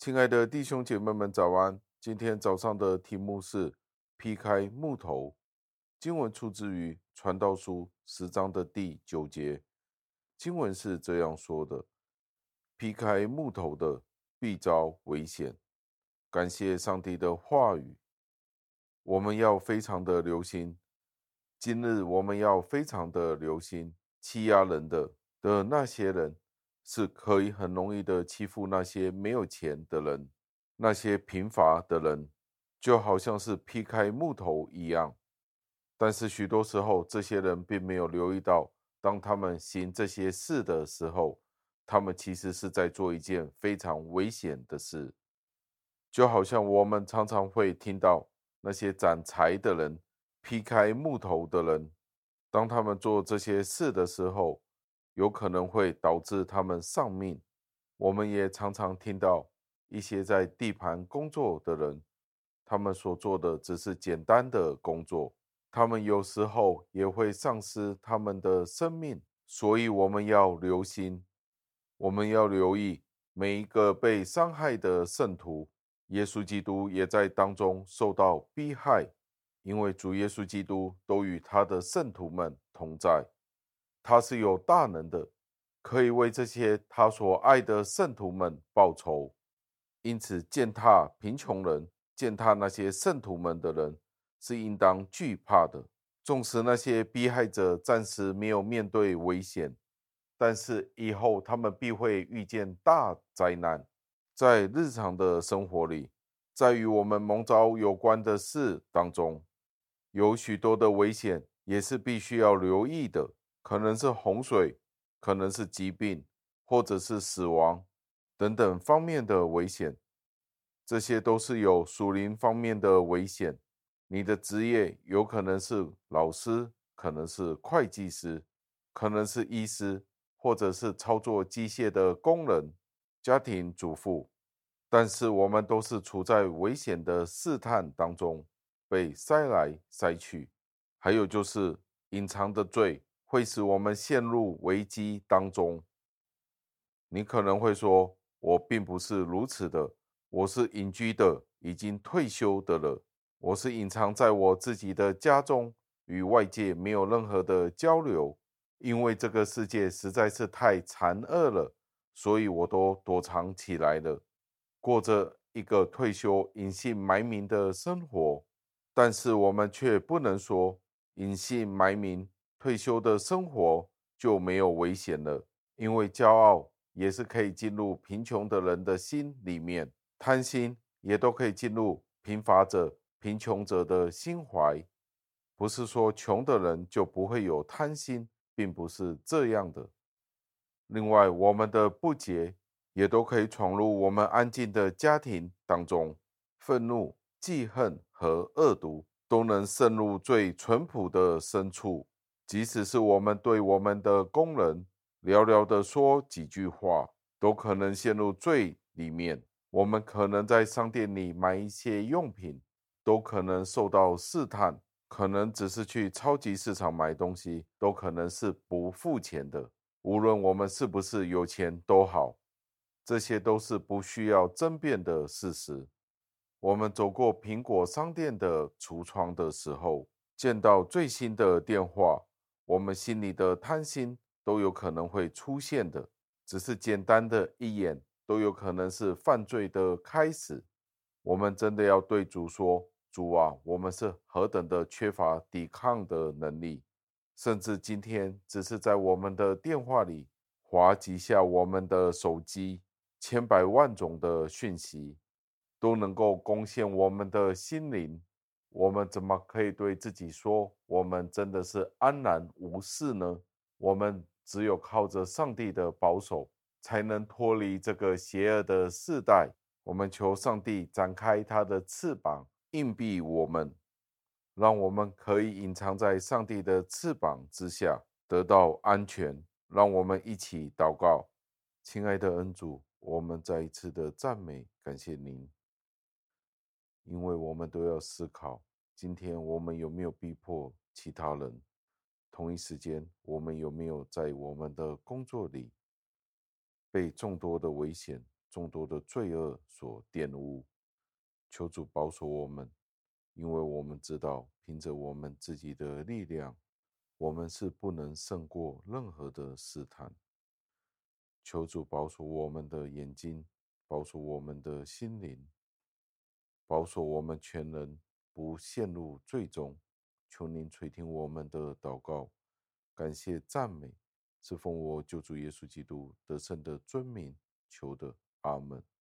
亲爱的弟兄姐妹们，早安！今天早上的题目是劈开木头。经文出自于传道书10章的第9节。经文是这样说的：劈开木头的必遭危险。感谢上帝的话语，我们要非常的留心。今日我们要非常的留心，欺压人的那些人，是可以很容易的欺负那些没有钱的人，那些贫乏的人，就好像是劈开木头一样。但是许多时候，这些人并没有留意到，当他们行这些事的时候，他们其实是在做一件非常危险的事。就好像我们常常会听到那些斩柴的人、劈开木头的人，当他们做这些事的时候，有可能会导致他们丧命。我们也常常听到一些在地盘工作的人，他们所做的只是简单的工作，他们有时候也会丧失他们的生命。所以我们要留心，我们要留意每一个被伤害的圣徒。耶稣基督也在当中受到逼害，因为主耶稣基督都与他的圣徒们同在，他是有大能的，可以为这些他所爱的圣徒们报仇。因此，践踏贫穷人、践踏那些圣徒们的人，是应当惧怕的。纵使那些逼害者暂时没有面对危险，但是以后他们必会遇见大灾难。在日常的生活里，在与我们蒙召有关的事当中，有许多的危险也是必须要留意的，可能是洪水，可能是疾病，或者是死亡等等方面的危险。这些都是有属灵方面的危险。你的职业有可能是老师，可能是会计师，可能是医师，或者是操作机械的工人、家庭主妇。但是我们都是处在危险的试探当中，被筛来筛去。还有就是隐藏的罪会使我们陷入危机当中。你可能会说，我并不是如此的，我是隐居的，已经退休的了。我是隐藏在我自己的家中，与外界没有任何的交流，因为这个世界实在是太残恶了，所以我都躲藏起来了，过着一个退休隐姓埋名的生活。但是我们却不能说隐姓埋名退休的生活就没有危险了，因为骄傲也是可以进入贫穷的人的心里面，贪心也都可以进入贫乏者、贫穷者的心怀。不是说穷的人就不会有贪心，并不是这样的。另外，我们的不洁也都可以闯入我们安静的家庭当中，愤怒、记恨和恶毒都能渗入最淳朴的深处。即使是我们对我们的工人寥寥的说几句话，都可能陷入罪里面。我们可能在商店里买一些用品，都可能受到试探，可能只是去超级市场买东西，都可能是不付钱的。无论我们是不是有钱都好，这些都是不需要争辩的事实。我们走过苹果商店的橱窗的时候，见到最新的电话，我们心里的贪心都有可能会出现的。只是简单的一眼，都有可能是犯罪的开始。我们真的要对主说：主啊，我们是何等的缺乏抵抗的能力。甚至今天只是在我们的电话里划几下我们的手机，千百万种的讯息都能够攻陷我们的心灵。我们怎么可以对自己说我们真的是安然无事呢？我们只有靠着上帝的保守，才能脱离这个邪恶的世代。我们求上帝展开他的翅膀，硬币我们，让我们可以隐藏在上帝的翅膀之下，得到安全。让我们一起祷告。亲爱的恩主，我们再一次的赞美感谢您，因为我们都要思考，今天我们有没有逼迫其他人？同一时间，我们有没有在我们的工作里被众多的危险众多的罪恶所玷污。求主保守我们，因为我们知道，凭着我们自己的力量，我们是不能胜过任何的试探。求主保守我们的眼睛，保守我们的心灵，保守我们全人不陷入罪中。求您垂听我们的祷告，感谢赞美，是奉我救主耶稣基督得胜的尊名求的。阿门。